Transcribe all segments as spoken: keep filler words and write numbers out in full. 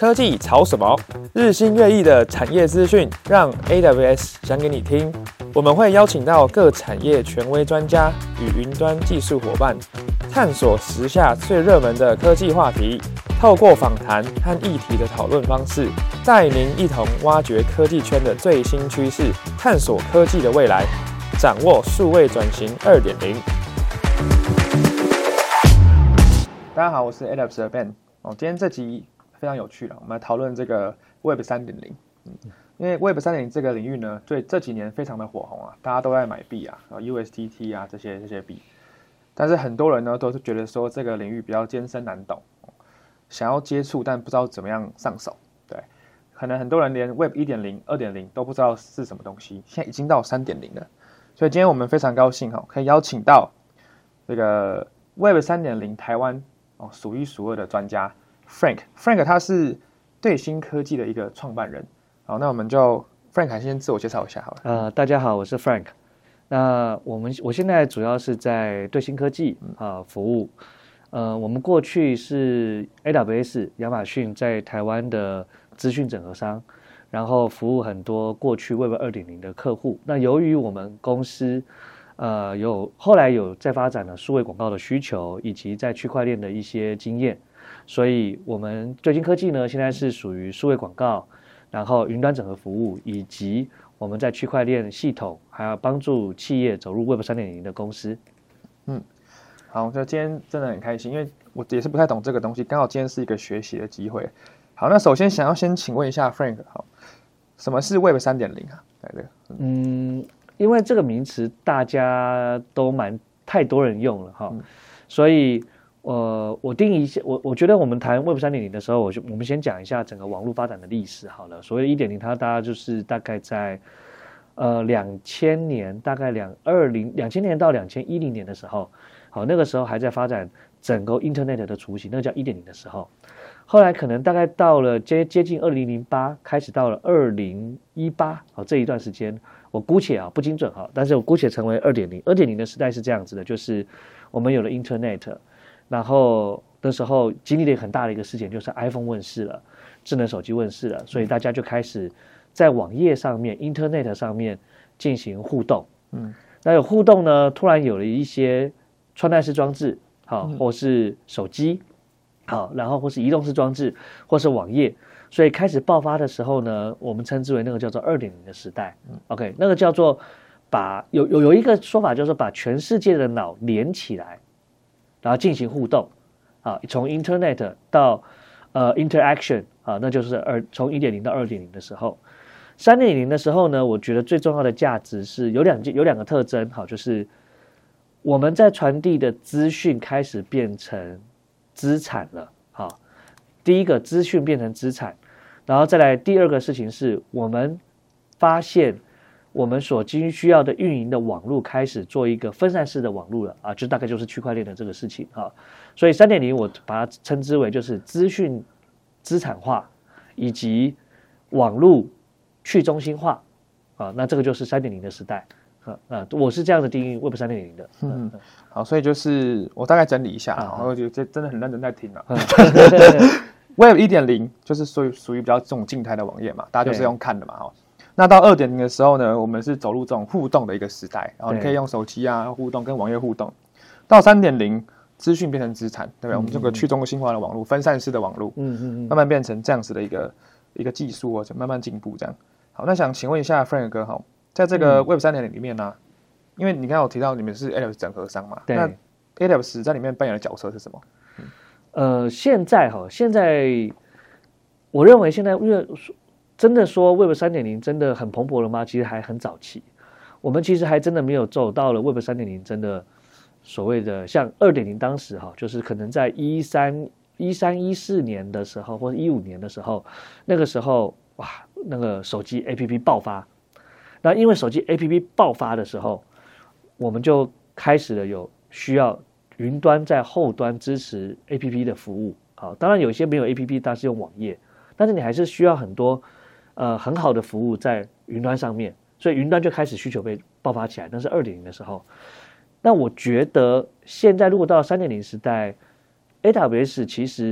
科技炒什么？日新月异的产业资讯，让 A W S 讲给你听。我们会邀请到各产业权威专家与云端技术伙伴，探索时下最热门的科技话题，透过访谈和议题的讨论方式，带您一同挖掘科技圈的最新趋势，探索科技的未来，掌握数位转型 二点零。大家好，我是 A W S 的 Ben。哦，今天这集非常有趣了，我们来讨论这个 Web 三点零。嗯，因为 Web 三点零这个领域呢，对这几年非常的火红啊，大家都在买币啊 ，U S D T 啊这些这些币。但是很多人呢都是觉得说这个领域比较艰深难懂，想要接触但不知道怎么样上手。对，可能很多人连 Web 一点零、二点零都不知道是什么东西，现在已经到三点零了。所以今天我们非常高兴哈，可以邀请到这个 Web 三点零台湾哦数一数二的专家 Frank。Frank 他是对新科技的一个创办人。好，那我们就 Frank 先自我介绍一下好了。 呃，大家好，我是 Frank。那我们我现在主要是在对新科技啊服务。呃，我们过去是 A W S 亚马逊在台湾的资讯整合商，然后服务很多过去 Web 二点零的客户。那由于我们公司呃有后来有在发展了数位广告的需求，以及在区块链的一些经验，所以我们对新科技呢现在是属于数位广告，然后云端整合服务，以及我们在区块链系统，还要帮助企业走入 Web 三点零的公司。 嗯，好，就今天真的很开心，因为我也是不太懂这个东西，刚好今天是一个学习的机会。好，那首先想要先请问一下 Frank， 好，什么是 Web 三点零啊？对对， 嗯，因为这个名词大家都蛮太多人用了哈，嗯、所以。呃，我定义一下，我我觉得我们谈 Web 三点零的时候，我就我们先讲一下整个网络发展的历史好了。所谓一点零，它大家就是大概在呃两千年，大概两二零两千年到两千一零年的时候，好，那个时候还在发展整个 Internet 的雏形，那个叫一点零的时候。后来可能大概到了接接近二零零八，开始到了二零一八，好这一段时间，我姑且啊不精准哈，但是我姑且成为二点零。二点零的时代是这样子的，就是我们有了 Internet。然后那时候经历了很大的一个事件，就是 iPhone 问世了，智能手机问世了，所以大家就开始在网页上面 Internet 上面进行互动。嗯，那有互动呢，突然有了一些穿戴式装置，好，或是手机，好，然后或是移动式装置，或是网页，所以开始爆发的时候呢，我们称之为那个叫做 二点零 的时代。OK， 那个叫做把有有有一个说法，就是把全世界的脑连起来。然后进行互动，啊，从 Internet 到呃 Interaction 啊，那就是二从一点零到二点零的时候，三点零的时候呢，我觉得最重要的价值是有两有两个特征，好，就是我们在传递的资讯开始变成资产了，好，第一个资讯变成资产，然后再来第二个事情是我们发现。我们所经需要的运营的网络开始做一个分散式的网络了啊，就大概就是区块链的这个事情啊，所以 三点零 我把它称之为就是资讯资产化以及网络去中心化啊，那这个就是 三点零 的时代啊，啊，我是这样的定义 Web 三点零 的。 嗯，好，所以就是我大概整理一下，然后我觉得这真的很认真在听了。Web 一点零 就是属于属于比较这种静态的网页嘛，大家就是用看的嘛，哈。那到 二点零 的时候呢，我们是走入这种互动的一个时代，然后你可以用手机啊互动，跟网页互动。到 三点零， 资讯变成资产，对不对？嗯、我们这个去中心化的网络、分散式的网络，嗯嗯嗯，慢慢变成这样子的一个一个技术哦，就慢慢进步这样。好，那想请问一下 Frank 哥哈，在这个 Web 三点零 里面呢、啊，因为你刚刚有提到你们是 A W S 整合商嘛， 对， 那 A W S 在里面扮演的角色是什么？ 嗯、呃，现在哈，现在我认为现在因为。真的说 Web 三点零 真的很蓬勃了吗？其实还很早期，我们其实还真的没有走到了 Web 三点零真的所谓的像 二点零 当时哈，就是可能在一三一三一四年的时候或者一五年的时候，那个时候哇，那个手机 A P P 爆发，那因为手机 A P P 爆发的时候，我们就开始了有需要云端在后端支持 A P P 的服务。好，当然有一些没有 A P P， 但是用网页，但是你还是需要很多。呃，很好的服务在云端上面，所以云端就开始需求被爆发起来。那是 二点零 的时候，那我觉得现在如果到了 三点零 时代 ，A W S 其实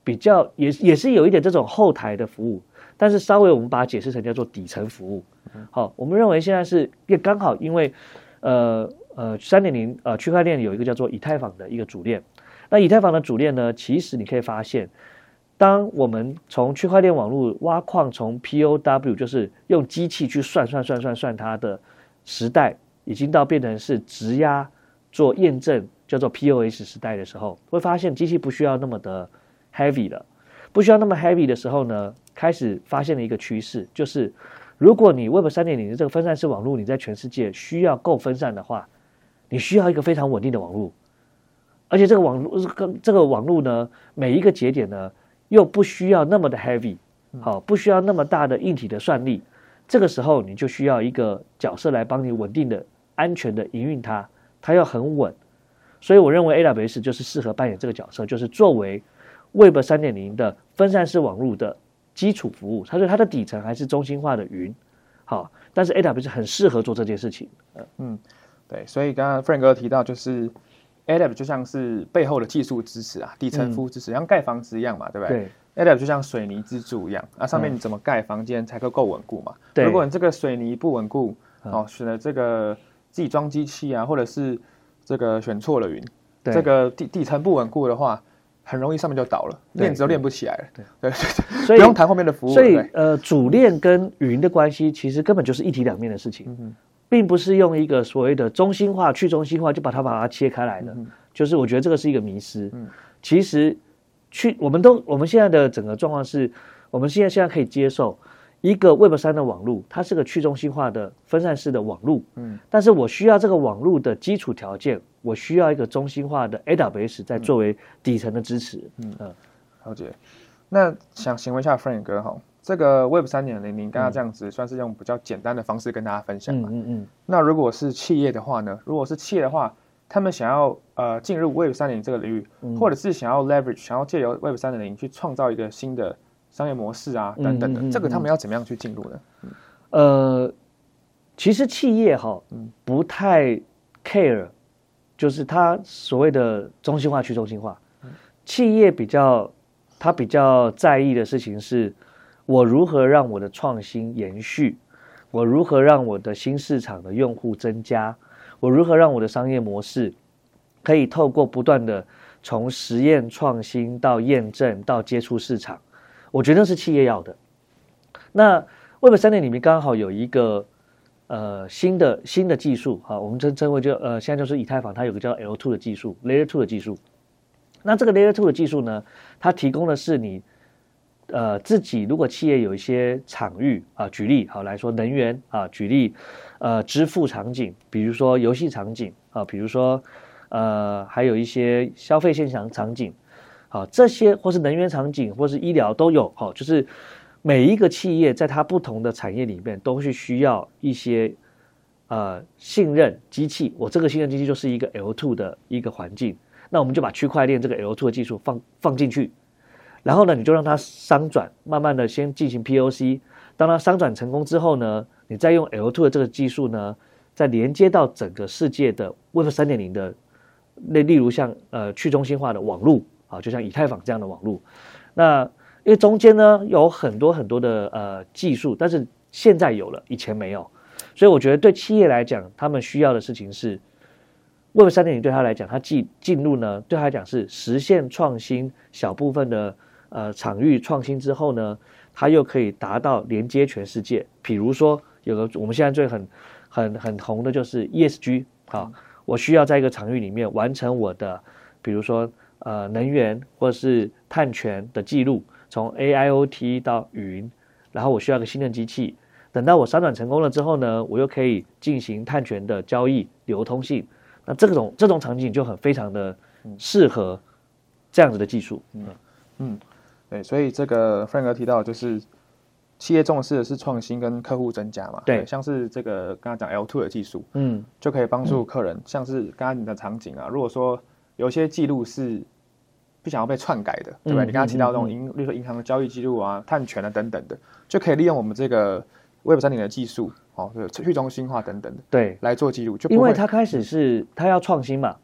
比较也也是有一点这种后台的服务，但是稍微我们把它解释成叫做底层服务。好，我们认为现在是也刚好因为呃呃三点零呃区块链有一个叫做以太坊的一个主链，那以太坊的主链呢，其实你可以发现，当我们从区块链网络挖矿，从 P O W 就是用机器去算算算算算它的时代，已经到变成是质押做验证，叫做 P O S 时代的时候，会发现机器不需要那么的 heavy 了，不需要那么 heavy 的时候呢，开始发现了一个趋势，就是如果你 Web 三点零 的这个分散式网络，你在全世界需要够分散的话，你需要一个非常稳定的网络，而且这个网络这个网络呢，每一个节点呢，又不需要那么的 heavy， 好，不需要那么大的硬体的算力，这个时候你就需要一个角色来帮你稳定的、安全的营运它，它要很稳。所以我认为 A W S 就是适合扮演这个角色，就是作为 Web 三点零 的分散式网络的基础服务，它说它的底层还是中心化的云，好，但是 A W S 很适合做这件事情。 嗯，对，所以刚刚 Frank 哥提到，就是 A W S 就像是背后的技术支持啊，底层服务支持，嗯、像盖房子一样嘛，对不对？对 ，A W S 就像水泥支柱一样，啊，上面你怎么盖房间才够够稳固嘛？对，如果你这个水泥不稳固，哦，选了这个自己装机器啊，或者是这个选错了云，这个底底层不稳固的话，很容易上面就倒了，链子都链不起来了。对对对，所以不用谈后面的服务。 所以呃，主链跟云的关系其实根本就是一体两面的事情，嗯、并不是用一个所谓的中心化、去中心化就把它把它切开来的。嗯、就是我觉得这个是一个迷思。嗯、其实去我们都我们现在的整个状况是，我们现在现在可以接受。一个 Web 三 的网路，它是个去中心化的分散式的网路，嗯，但是我需要这个网路的基础条件，我需要一个中心化的 A W S 在作为底层的支持，嗯嗯， 了解。那想请问一下 Frank 哥哈，这个 Web 三点零，您刚刚这样子算是用比较简单的方式跟大家分享嘛？嗯嗯嗯。那如果是企业的话呢？如果是企业的话，他们想要呃进入 Web 三点零这个领域，嗯、或者是想要 leverage， 想要借由 Web 三点零去创造一个新的商业模式啊，等等的，嗯嗯嗯嗯这个他们要怎么样去进入呢？嗯、 呃，其实企业哈，不太 care， 就是它所谓的中心化、去中心化。嗯、企业比较，他比较在意的事情是，我如何让我的创新延续，我如何让我的新市场的用户增加，我如何让我的商业模式可以透过不断的从实验创新到验证到接触市场。我觉得是企业要的。那 Web 三点零里面刚好有一个呃新的新的技术，好，我们称称为就呃现在就是以太坊，它有个叫 L 二 的技术 ，Layer 二的技术。那这个 Layer 二的技术呢，它提供的是你呃自己如果企业有一些场域啊，举例好来说能源啊，举例呃支付场景，比如说游戏场景啊，比如说呃还有一些消费现场场景。好，这些或是能源场景，或是医疗都有。好，就是每一个企业在它不同的产业里面，都是需要一些呃信任机器。我这个信任机器就是一个 L 二 的一个环境，那我们就把区块链这个 L 二 的技术放放进去，然后呢，你就让它商转，慢慢的先进行 P O C。当它商转成功之后呢，你再用 L 二 的这个技术呢，再连接到整个世界的 Web 三点零 的，例例如像呃去中心化的网路。啊，就像以太坊这样的网络，那因为中间呢有很多很多的呃技术，但是现在有了，以前没有，所以我觉得对企业来讲，他们需要的事情是 Web 三点零对他来讲，他进进入呢，对他来讲是实现创新，小部分的呃场域创新之后呢，他又可以达到连接全世界。比如说有个我们现在最很很很红的就是 E S G， 好，我需要在一个场域里面完成我的，比如说。呃，能源或是碳权的记录，从 A I O T 到云，然后我需要个信任机器。等到我商转成功了之后呢，我又可以进行碳权的交易流通性。那这种这种场景就很非常的适合这样子的技术。嗯嗯，对，所以这个 Frank 哥提到就是企业重视的是创新跟客户增加嘛。对，对像是这个刚刚讲 L 二 的技术，嗯，就可以帮助客人，嗯、像是刚刚你的场景啊，如果说有些记录是不想要被篡改的，对吧？嗯、你刚刚提到那种银，例如说银行的交易记录啊、碳权啊等等的，就可以利用我们这个 Web 三点零的技术，哦，去中心化等等的， 对， 来做记录。就不会因为它开始是它要创新嘛， 对，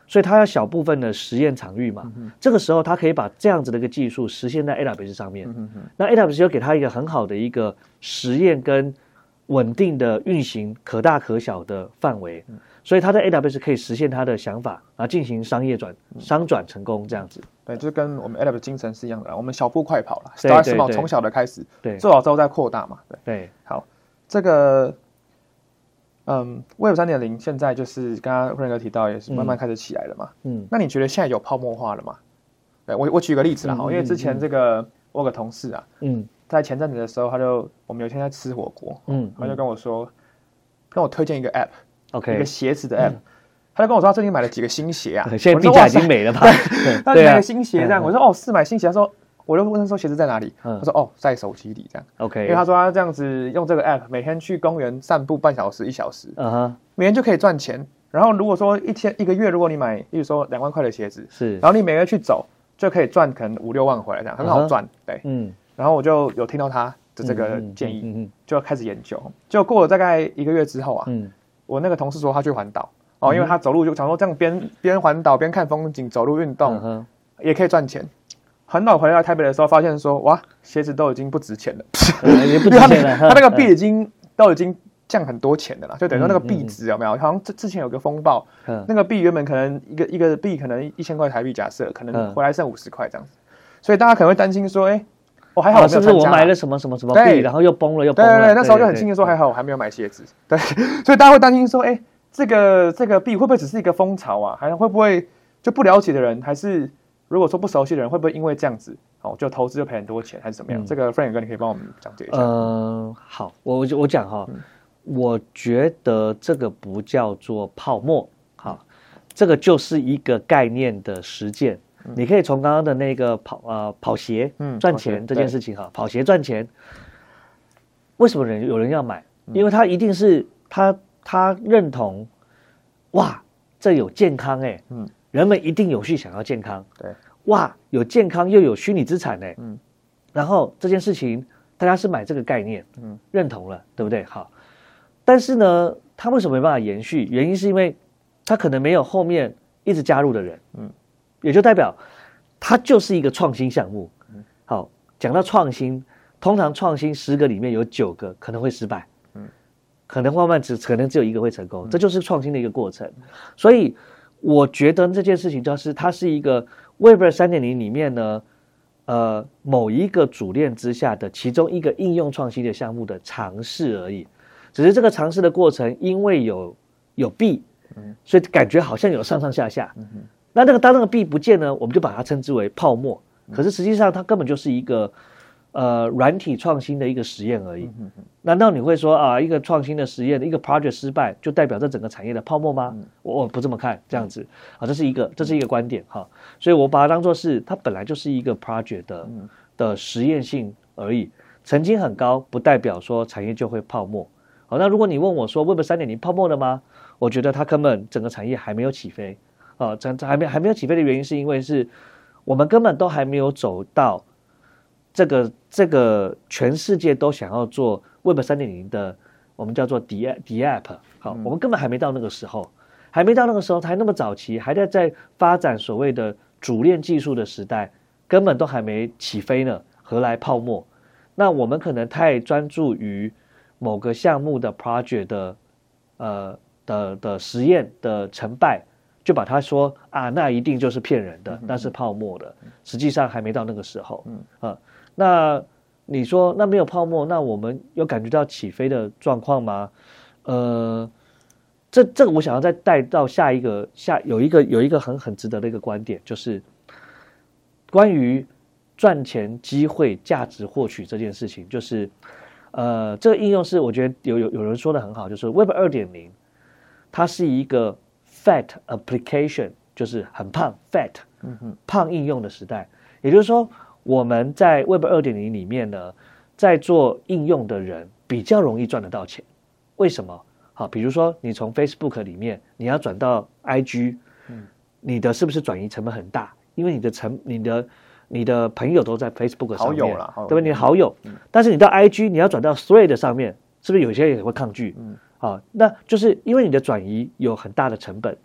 所以它要小部分的实验场域嘛， 嗯、 这个时候它可以把这样子的一个技术实现在 A W S 上面， 嗯、 那 A W S 又给它一个很好的一个实验跟稳定的运行可大可小的范围，嗯、所以它在 A W S 可以实现它的想法，然后进行商业转、嗯、商转成功这样子。 对，就跟我们 A W S 精神是一样的，我们小步快跑了 ，Start small， 从小的开始， 对， 做好之后再扩大嘛。对， 对， 好，这个。嗯 ，Web 三点零 现在就是刚刚润哥提到，也是慢慢开始起来了嘛。嗯，那你觉得现在有泡沫化了吗？对我我举个例子啦，嗯、因为之前这个、嗯、我有个同事啊，嗯，在前阵子的时候，他就我们有一天在吃火锅，嗯，他就跟我说，跟我推荐一个 App，OK， 一个鞋子的 App，、嗯、他就跟我说他最近买了几个新鞋啊， 现在币价已经没了吧？ 对，他买了新鞋这样，我说哦是买新鞋，他说。我就问他说鞋子在哪里？嗯、他说哦，在手机里这样。 OK， 因为他说他这样子用这个 app， 每天去公园散步半小时、一小时，嗯哼，每天就可以赚钱。然后如果说一天一个月，如果你买，例如说两万块的鞋子，是，然后你每个月去走，就可以赚可能五六万回来，这样很好赚。Uh-huh, 对，嗯。然后我就有听到他的这个建议，嗯嗯嗯、就开始研究。就过了大概一个月之后啊，嗯，我那个同事说他去环岛哦，因为他走路就想说这样边边环岛边看风景，走路运动、uh-huh. 也可以赚钱。环岛回来台北的时候，发现说哇，鞋子都已经不值钱了， 也不值钱了。 他那个币已经、嗯、都已经降很多钱的了，就等于说那个币值有没有？好像之之前有个风暴，嗯、那个币原本可能一个一个币可能一千块台币，假设可能回来剩五十块这样子，所以大家可能会担心说，哎、欸，我、哦、还好我没有参加、啊， 是不是我买了什么什么什么币，然后又崩了又崩了？ 对对对，那时候就很庆幸说还好我还没有买鞋子，对，所以大家会担心说，哎、欸，这个这个币会不会只是一个风潮啊？还会不会就不了解的人还是？如果说不熟悉的人，会不会因为这样子，哦，就投资就赔很多钱，还是怎么样？嗯、这个 Frank 哥，你可以帮我们讲解一下。 嗯，好，我我讲哈、嗯，我觉得这个不叫做泡沫，好，这个就是一个概念的实践。嗯、你可以从刚刚的那个跑呃跑鞋赚钱这件事情哈，跑鞋赚钱，为什么人有人要买？因为他一定是他他认同，哇，这有健康哎、欸，嗯。人们一定有序想要健康， 对， 哇，有健康又有虚拟资产呢，嗯，然后这件事情大家是买这个概念，嗯，认同了，对不对？好，但是呢，他为什么没办法延续？原因是因为他可能没有后面一直加入的人，嗯，也就代表它就是一个创新项目。嗯，好，讲到创新，通常创新十个里面有九个可能会失败，嗯，可能慢慢只可能只有一个会成功，嗯、这就是创新的一个过程，所以。我觉得这件事情就是它是一个 Web 三点零 里面呢，呃，某一个主链之下的其中一个应用创新的项目的尝试而已。只是这个尝试的过程，因为有有币，嗯，所以感觉好像有上上下下。嗯、那那个当那个币不见呢，我们就把它称之为泡沫。可是实际上它根本就是一个呃软体创新的一个实验而已。嗯、难道你会说啊，一个创新的实验，一个 project 失败，就代表这整个产业的泡沫吗？嗯、我我不这么看，这样子啊，这是一个这是一个观点哈。所以我把它当作是它本来就是一个 project 的、嗯、的实验性而已，曾经很高，不代表说产业就会泡沫。好，那如果你问我说 Web 三点零 泡沫了吗？我觉得它根本整个产业还没有起飞啊，这还没还没有起飞的原因是因为是我们根本都还没有走到。这个这个全世界都想要做 Web 三点零 的，我们叫做 D App， 好、嗯，我们根本还没到那个时候，还没到那个时候，还那么早期，还在在发展所谓的主链技术的时代，根本都还没起飞呢，何来泡沫？那我们可能太专注于某个项目的 project 的呃的的实验的成败，就把它说啊，那一定就是骗人的，那是泡沫的，实际上还没到那个时候，嗯啊。那你说那没有泡沫，那我们有感觉到起飞的状况吗？呃，这这个我想要再带到下一个下有一个有一个很很值得的一个观点，就是关于赚钱机会价值获取这件事情，就是呃这个应用是我觉得有有有人说的很好，就是 Web 二点零 它是一个 fat application， 就是很胖 fat， 嗯哼，胖应用的时代，也就是说。我们在 Web 二点零 里面呢，在做应用的人比较容易赚得到钱。为什么？好，比如说你从 Facebook 里面你要转到 I G，嗯，你的是不是转移成本很大？因为你的成你的你的朋友都在 Facebook 上面，好友啦，对吧？你的好友，嗯、但是你到 I G 你要转到 Thread 上面，是不是有些人也会抗拒？嗯，好，那就是因为你的转移有很大的成本。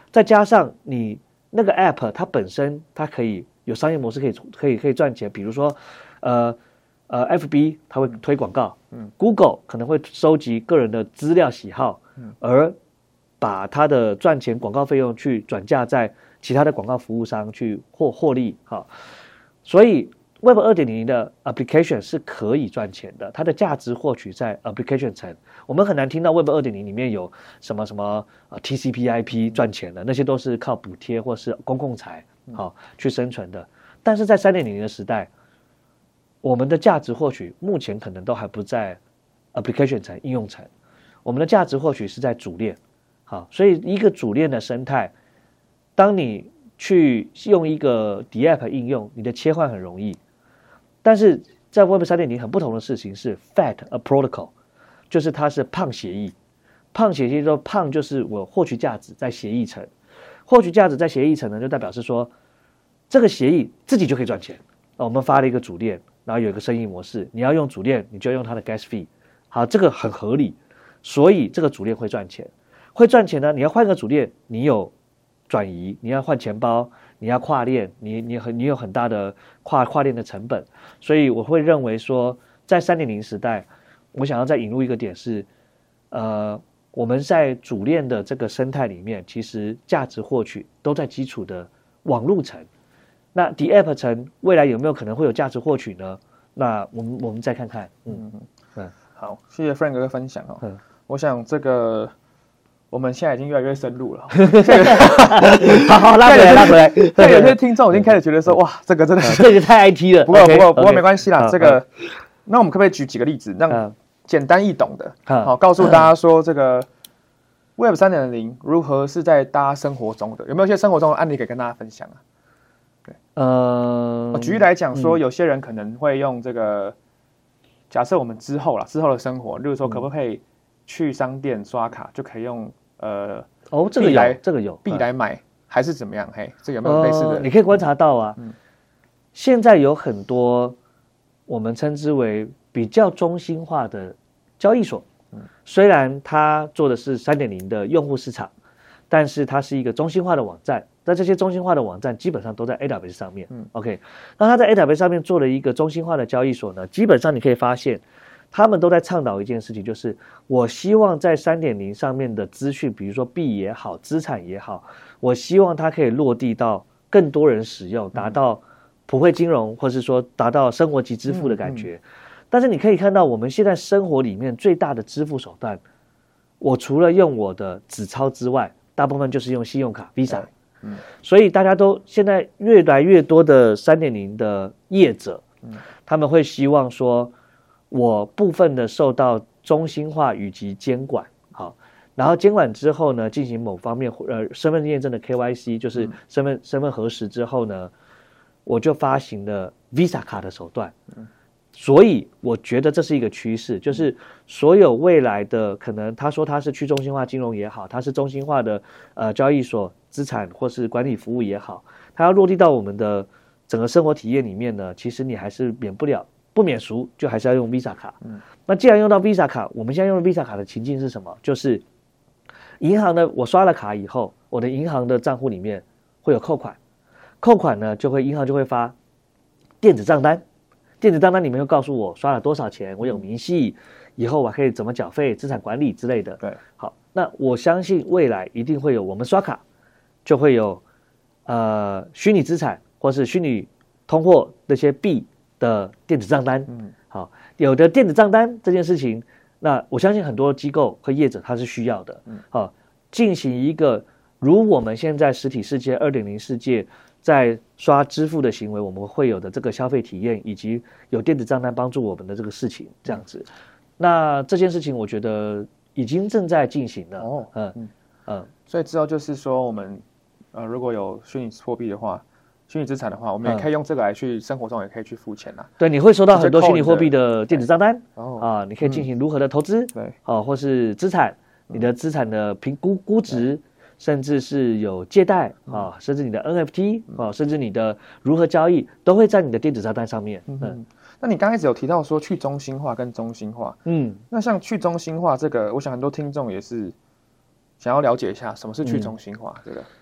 再加上你那个 App 它本身它可以有商业模式可以可以可以赚钱，比如说呃呃 F B 它会推广告，嗯 ，Google 可能会收集个人的资料喜好，嗯，而把它的赚钱广告费用去转嫁在其他的广告服务商去获获利，哈，所以 Web 二点零 的 application 是可以赚钱的，它的价值获取在 application 层。我们很难听到 Web 二点零 里面有什么什么呃 T C P I P 赚钱的，那些都是靠补贴或是公共财好去生存的。但是在 三点零 的时代，我们的价值获取目前可能都还不在 application 层、应用层，我们的价值获取是在主链。好，所以一个主链的生态，当你去用一个 D App 应用，你的切换很容易。但是在 Web 三点零 很不同的事情是 Fat a Protocol， 就是它是胖协议。胖协议说胖就是我获取价值在协议层，获取价值在协议层呢，就代表是说这个协议自己就可以赚钱。我们发了一个主链，然后有一个生意模式，你要用主链，你就用它的 gas fee。好，这个很合理，所以这个主链会赚钱。会赚钱呢，你要换个主链，你有转移，你要换钱包，你要跨链，你你很你有很大的跨跨链的成本，所以我会认为说，在 三点零 时代，我想要再引入一个点是，呃，我们在主链的这个生态里面，其实价值获取都在基础的网路层。那 D App 层未来有没有可能会有价值获取呢？那我们我们再看看。嗯嗯嗯，好，谢谢 Frank 哥的分享哦。嗯，我想这个。我们现在已经越来越深入了， 好好拉回来，拉回来。 对，有些听众已经开始觉得说，哇，这个真的是这个太 I T 了。 不过不过不过没关系啦，这个，那我们可不可以举几个例子，让简单易懂的，好告诉大家说，这个 Web 三点零 如何是在大家生活中的，有没有一些生活中的案例可以跟大家分享啊？对，呃，举例来讲说，有些人可能会用这个，假设我们之后啦，之后的生活，例如说可不可以去商店刷卡就可以用。呃， 哦，这个有，这个有， 币来买还是怎么样？嘿，这有没有类似的？ 呃、你可以观察到啊，嗯、现在有很多我们称之为比较中心化的交易所，嗯、虽然它做的是 三点零 的用户市场，但是它是一个中心化的网站。那这些中心化的网站基本上都在 A W S 上面。嗯、OK， 那它在 A W S 上面做了一个中心化的交易所呢，基本上你可以发现。他们都在倡导一件事情，就是我希望在 三点零 上面的资讯，比如说币也好，资产也好，我希望它可以落地到更多人使用，达到普惠金融，或是说达到生活级支付的感觉。嗯嗯、但是你可以看到，我们现在生活里面最大的支付手段，我除了用我的纸钞之外，大部分就是用信用卡 Visa。嗯，所以大家都现在越来越多的 三点零 的业者，嗯、他们会希望说。我部分的受到中心化以及监管，好，然后监管之后呢，进行某方面呃身份验证的 K Y C， 就是身份、嗯、身份核实之后呢，我就发行了 Visa 卡的手段，嗯、所以我觉得这是一个趋势，就是所有未来的可能，他说他是去中心化金融也好，他是中心化的呃交易所资产或是管理服务也好，它要落地到我们的整个生活体验里面呢，其实你还是免不了。不免俗，就还是要用 Visa 卡。嗯，那既然用到 Visa 卡，我们现在用的 Visa 卡的情境是什么？就是银行呢，我刷了卡以后，我的银行的账户里面会有扣款，扣款呢就会银行就会发电子账单，电子账单里面会告诉我刷了多少钱，我有明细，以后我可以怎么缴费、资产管理之类的。 对， 好，那我相信未来一定会有我们刷卡就会有呃虚拟资产或是虚拟通货那些币。的电子账单，嗯，好，有的电子账单这件事情，那我相信很多机构和业者他是需要的，嗯，好，进行一个如我们现在实体世界 二点零 世界在刷支付的行为，我们会有的这个消费体验，以及有电子账单帮助我们的这个事情，这样子，那这件事情我觉得已经正在进行了，哦，嗯嗯嗯，所以之后就是说我们呃如果有虚拟货币的话。虚拟资产的话，我们也可以用这个来去生活中也可以去付钱啦。 对，你会收到很多虚拟货币的电子账单啊，你可以进行如何的投资，对，啊，或是资产，你的资产的评估估值，甚至是有借贷啊，甚至你的 N F T 啊，甚至你的如何交易，都会在你的电子账单上面。嗯， 那你刚开始有提到说去中心化跟中心化，嗯，那像去中心化这个，我想很多听众也是想要了解一下什么是去中心化，这个。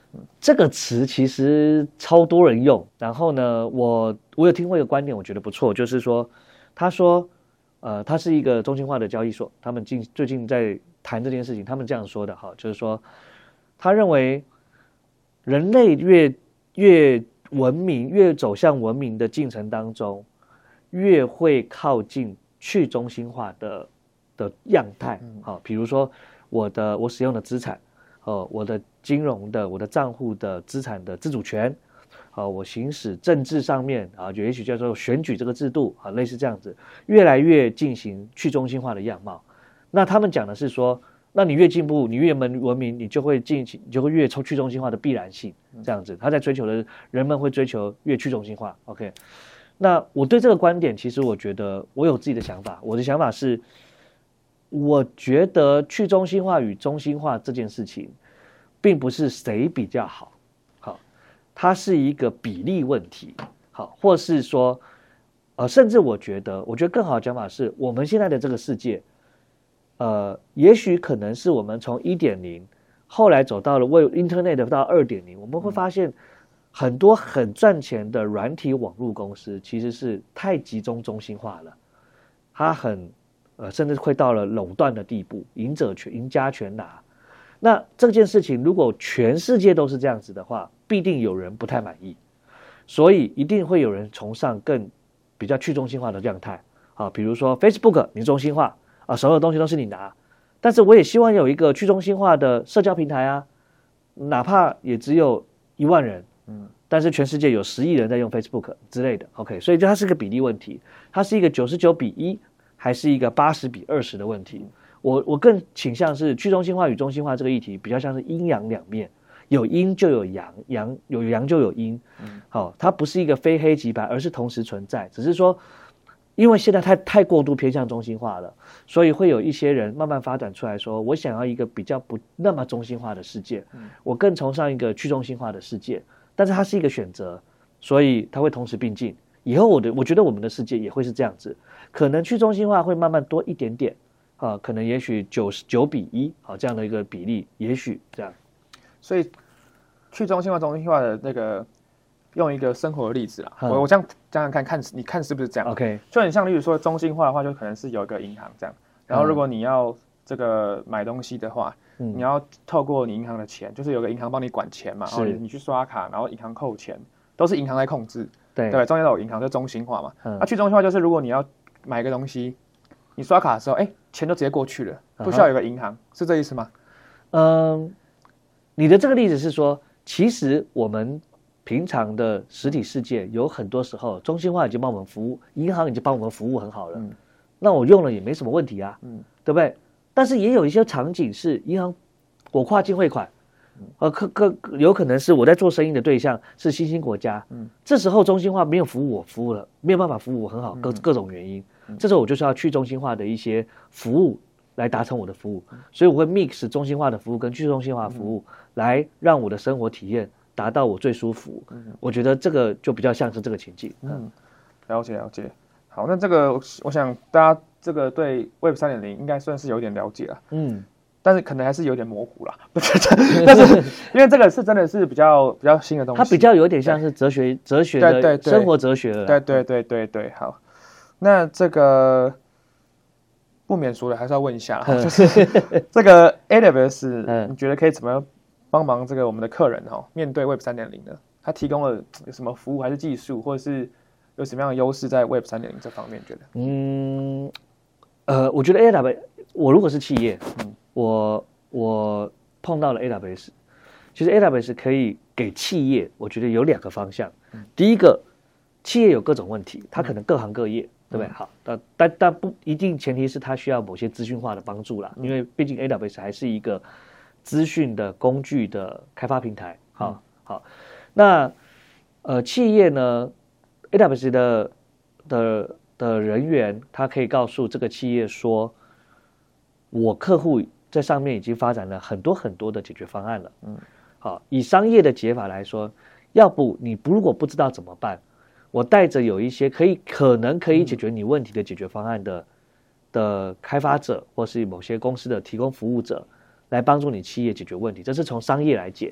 这个词其实超多人用。然后呢，我我有听过一个观点，我觉得不错，就是说，他说，呃，它是一个中心化的交易所，他们近最近在谈这件事情，他们这样说的哈，就是说，他认为人类越越文明，越走向文明的进程当中，越会靠近去中心化的的样态。好，比如说我的我使用的资产。哦，我的金融的、我的账户的资产的自主权，哦，我行使政治上面啊，也许叫做选举这个制度啊，类似这样子，越来越进行去中心化的样貌。那他们讲的是说，那你越进步，你越文文明，你就会进行，你就会越去中心化的必然性，这样子。他在追求的人们会追求越去中心化。OK， 那我对这个观点，其实我觉得我有自己的想法。我的想法是，我觉得去中心化与中心化这件事情，并不是谁比较好，好，它是一个比例问题，好，或是说，呃，甚至我觉得，我觉得更好的讲法是，我们现在的这个世界，呃，也许可能是我们从 一点零 后来走到了为 Internet 到 二点零， 我们会发现很多很赚钱的软体网络公司其实是太集中中心化了，它很。呃，甚至会到了垄断的地步，赢者全赢家全拿。那这件事情如果全世界都是这样子的话，必定有人不太满意，所以一定会有人崇尚更比较去中心化的样态啊，比如说 Facebook 你中心化啊，所有东西都是你拿，但是我也希望有一个去中心化的社交平台啊，哪怕也只有一万人，嗯，但是全世界有十亿人在用 Facebook 之类的 ，OK， 所以它是个比例问题，它是一个九十九比一。还是一个八十比二十的问题，我我更倾向是去中心化与中心化这个议题比较像是阴阳两面，有阴就有阳，阳有阳就有阴，好，它不是一个非黑即白，而是同时存在，只是说，因为现在太太过度偏向中心化了，所以会有一些人慢慢发展出来说，我想要一个比较不那么中心化的世界，我更崇尚一个去中心化的世界，但是它是一个选择，所以它会同时并进。以后我的我觉得我们的世界也会是这样子，可能去中心化会慢慢多一点点，啊，可能也许九十九比一，好这样的一个比例，也许这样。 所以去中心化、中心化的那个，用一个生活的例子啦， 嗯、 我我这样想想看看，你看是不是这样 ？OK， 就很像，例如说中心化的话，就可能是有一个银行这样，然后如果你要这个买东西的话，嗯、你要透过你银行的钱，就是有个银行帮你管钱嘛，然后你去刷卡，然后银行扣钱，都是银行在控制。对, 对，中间都有银行，就中心化嘛。那、嗯啊、去中心化就是，如果你要买个东西，你刷卡的时候，哎，钱就直接过去了，不需要有个银行，嗯、是这意思吗？ 嗯，你的这个例子是说，其实我们平常的实体世界有很多时候，中心化已经帮我们服务，银行已经帮我们服务很好了，嗯、那我用了也没什么问题啊，嗯、对不对？但是也有一些场景是银行我跨境汇款。呃，可可有可能是我在做生意的对象是新兴国家，嗯，这时候中心化没有服务我服务了，没有办法服务我很好，各各种原因，嗯、这时候我就是要去中心化的一些服务来达成我的服务，嗯、所以我会 mix 中心化的服务跟去中心化的服务，嗯、来让我的生活体验达到我最舒服。嗯、我觉得这个就比较像是这个情境。 嗯，了解了解。好，那这个我想大家这个对 Web 三点零 应该算是有点了解了。嗯。但是可能还是有点模糊啦，但是因为这个是真的是比较比较新的东西， 它比较有点像是哲学哲学的生活哲学了。 对对对对对，好，那这个不免俗的还是要问一下，就是这个 A W S， 你觉得可以怎么样帮忙这个我们的客人哈，面对 Web 三点零 呢？它提供了有什么服务还是技术，或者是有什么样的优势在 Web 三点零 这方面？觉得？ 嗯，呃，我觉得 A W S， 我如果是企业，嗯。我我碰到了 A W S， 其实 A W S 可以给企业，我觉得有两个方向。嗯、第一个，企业有各种问题，它可能各行各业，嗯、对不对？好，但但但不一定，前提是它需要某些资讯化的帮助啦，嗯、因为毕竟 A W S 还是一个资讯的工具的开发平台。好，嗯、好，那呃，企业呢 ，A W S 的的的人员，他可以告诉这个企业说，我客户在上面已经发展了很多很多的解决方案了。嗯，好，以商业的解法来说，要不你不如果不知道怎么办，我带着有一些可以可能可以解决你问题的解决方案的、嗯、的开发者，或是某些公司的提供服务者，来帮助你企业解决问题，这是从商业来解。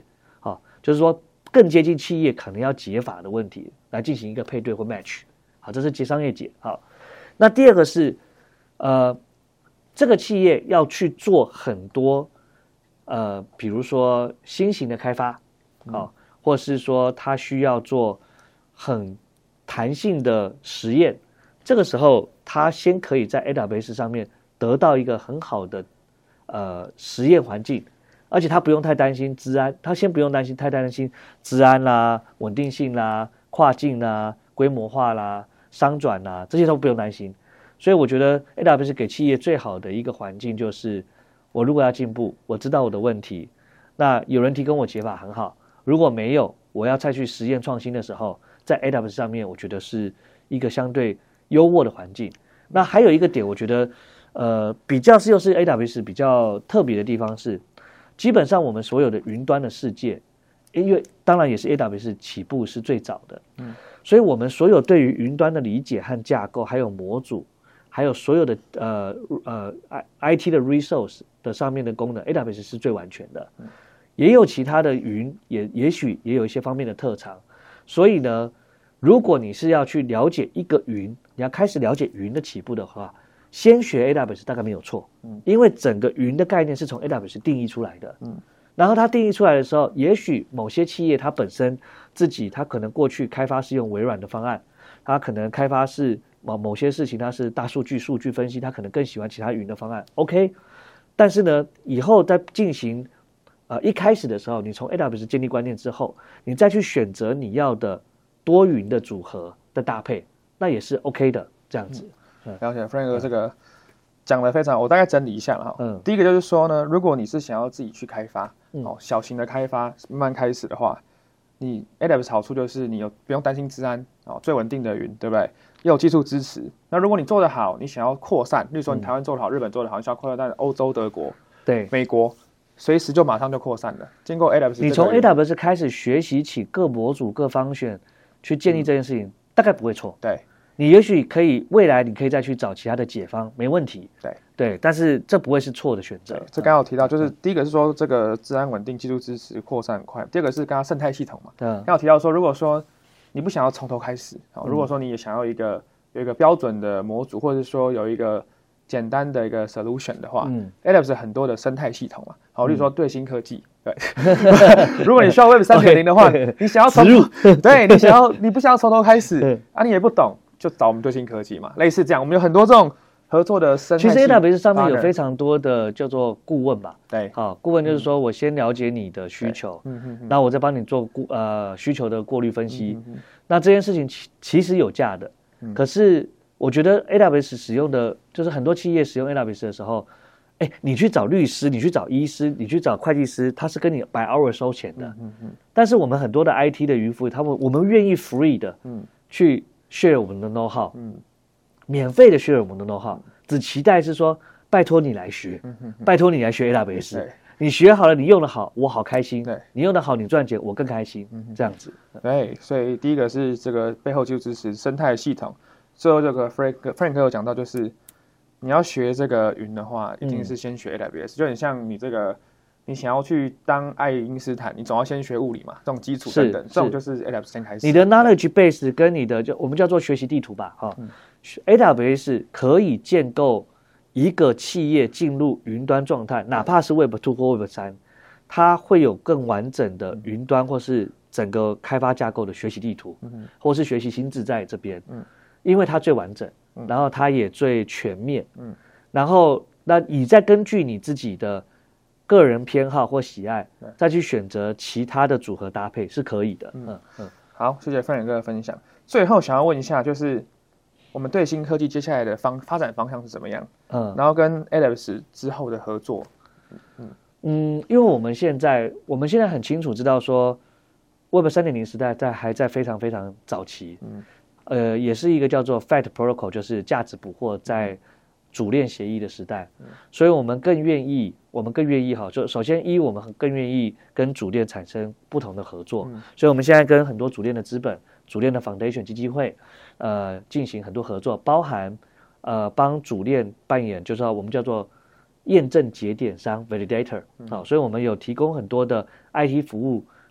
好，就是说更接近企业可能要解法的问题来进行一个配对或 match。好，这是接商业解。好，那第二个是，呃，这个企业要去做很多，呃，比如说新型的开发，好，或是说它需要做很弹性的实验，这个时候它先可以在 A W S 上面得到一个很好的呃实验环境，而且它不用太担心资安，它先不用担心太担心资安啦、稳定性啦、跨境啦、规模化啦、商转啦，这些都不用担心。所以我觉得 A W S 给企业最好的一个环境就是，我如果要进步，我知道我的问题，那有人提供我解法很好，如果没有，我要再去实验创新的时候，在 A W S 上面，我觉得是一个相对优渥的环境。那还有一个点，我觉得呃比较是又是 A W S 比较特别的地方是，基本上我们所有的云端的世界，因为当然也是 A W S 起步是最早的，嗯，所以我们所有对于云端的理解和架构，还有模组，还有所有的呃呃 I T 的 resource 的上面的功能 ，A W S 是最完全的。也有其他的云，也也许也有一些方面的特长。所以呢，如果你是要去了解一个云，你要开始了解云的起步的话，先学 A W S 大概没有错，嗯，因为整个云的概念是从 A W S 定义出来的，嗯，然后它定义出来的时候，也许某些企业它本身自己它可能过去开发是用微软的方案，它可能开发是某某些事情它是大数据数据分析，它可能更喜欢其他云的方案 ，OK， 但是呢，以后在进行呃，一开始的时候，你从 A W S 建立观念之后，你再去选择你要的多云的组合的搭配，那也是 OK 的，这样子。 嗯，了解 ，Frank 哥这个讲的非常，我大概整理一下了哈。嗯，第一个就是说呢，如果你是想要自己去开发，哦，小型的开发，慢慢开始的话，你 A W S 好处就是你有不用担心资安，哦，最稳定的云，对不对？又有技术支持。那如果你做得好，你想要扩散，例如说你台湾做得好，日本做得好，你想要扩散到欧洲、德国、 对， 美国。随时就马上就扩散了。经过 A W S， 你从 A W S 开始学习起各模组、各方选去建立这件事情，嗯、大概不会错。 对， 你也许可以未来你可以再去找其他的解方，没问题。 对对，但是这不会是错的选择。 这刚刚有提到，就是第一个是说这个治安稳定、技术支持、扩散很快；第二个是刚刚生态系统嘛。对。刚有提到说，如果说你不想要从头开始，好，如果说你也想要一个有一个标准的模组，或者是说有一个简单的一个 solution 的话，嗯 ，A W S 很多的生态系统嘛，好，例如说对新科技，对，如果你需要 Web 三点零 的话， okay, 你想要从对你想要你不想要从头开始啊，你也不懂，就找我们对新科技嘛，类似这样，我们有很多这种合作的生态系统。 其实 A W S 上面有非常多的叫做顾问吧， 对， 好，顾问就是说我先了解你的需求，嗯嗯，然后我再帮你做顾呃需求的过滤分析，嗯、那这件事情其其实有价的，嗯、可是。我觉得 A W S 使用的，就是很多企业使用 A W S 的时候，哎，你去找律师，你去找医师，你去找会计师，他是跟你 by hour 收钱的。嗯嗯。但是我们很多的 I T 的云服务，他们我们愿意 free 的，嗯，去 share 我们的 know how， 嗯，免费的 share 我们的 know how， 只期待是说，拜托你来学，嗯、拜托你来学 A W S， 对，你学好了，你用得好，我好开心，对，你用得好，你赚钱，我更开心，嗯、这样子。 对，所以第一个是这个背后就支持生态系统。最后这个 Frank Frank 有讲到，就是你要学这个云的话，一定是先学 A W S，、嗯、就很像你这个你想要去当爱因斯坦，你总要先学物理嘛，这种基础等等，这种就是 A W S 先开始。 你的 knowledge base 跟你的就我们叫做学习地图吧，哈、嗯、，A W S 可以建构一个企业进入云端状态，哪怕是 Web 二或 Web 三，它会有更完整的云端或是整个开发架构的学习地图，嗯、或是学习心智在这边。嗯，因为它最完整，然后它也最全面，嗯，然后那你再根据你自己的个人偏好或喜爱，再去选择其他的组合搭配是可以的。嗯嗯， 好，谢谢范远哥的分享。最后想要问一下，就是我们对新科技接下来的方发展方向是怎么样？嗯，然后跟 A W S 之后的合作， 嗯嗯，因为我们现在我们现在很清楚知道说 ，Web 三点零 时代在还在非常非常早期，嗯。呃，也是一个叫做 F A T Protocol， 就是价值捕获在主链协议的时代，嗯、所以我们更愿意，我们更愿意哈，就首先一，我们更愿意跟主链产生不同的合作，嗯、所以我们现在跟很多主链的资本、主链的 Foundation 基金会，呃，进行很多合作，包含呃帮主链扮演，就是我们叫做验证节点商 Validator，好、嗯，所以我们有提供很多的 I T 服务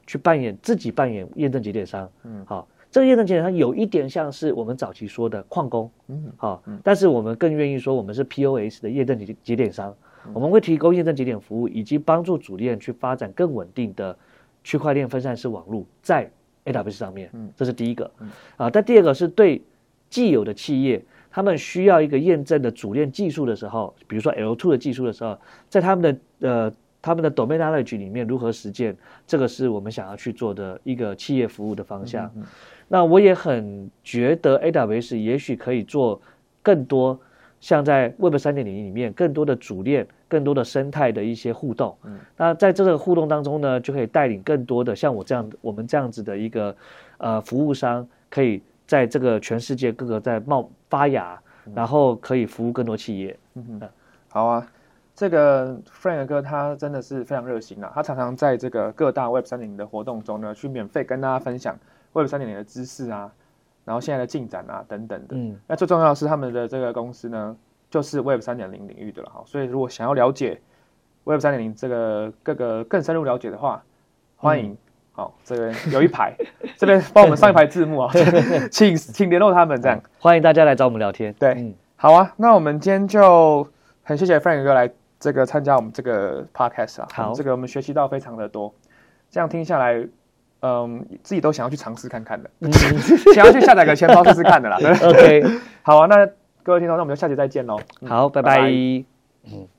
去扮演自己扮演验证节点商，嗯，好，这个验证节点商有一点像是我们早期说的矿工，嗯，好，嗯、但是我们更愿意说我们是 P O S 的验证节节点商，嗯、我们会提供验证节点服务，以及帮助主链去发展更稳定的区块链分散式网络在 A W S 上面，嗯，这是第一个，嗯，啊，但第二个是对既有的企业。他们需要一个验证的主链技术的时候，比如说 L 二 的技术的时候，在他们的呃他们的 domain knowledge 里面如何实践，这个是我们想要去做的一个企业服务的方向。嗯嗯那我也很觉得 A W S 也许可以做更多像在 Web 三点零 里面更多的主链、更多的生态的一些互动。嗯、那在这个互动当中呢，就可以带领更多的像我这样我们这样子的一个呃服务商，可以在这个全世界各个在冒发芽，然后可以服务更多企业。嗯嗯，好啊，这个 Frank 哥他真的是非常热心啊，他常常在这个各大 Web 三点零 的活动中呢，去免费跟大家分享 Web 三点零 的知识啊，然后现在的进展啊等等的。嗯，那最重要的是他们的这个公司呢，就是 Web 三点零 领域的了哈，所以如果想要了解 Web 三点零 这个各个更深入了解的话，欢迎。嗯好，这边有一排，这边帮我们上一排字幕啊，请请联络他们这样。 欢迎大家来找我们聊天。 对，嗯、好啊，那我们今天就很谢谢 Frank 哥来这个参加我们这个 podcast 啊。 好， 这个我们学习到非常的多，这样听下来，嗯，自己都想要去尝试看看的，嗯、想要去下载个钱包试试看的啦。 OK， 好啊，那各位听众，那我们就下期再见喽。 好，拜拜。拜拜嗯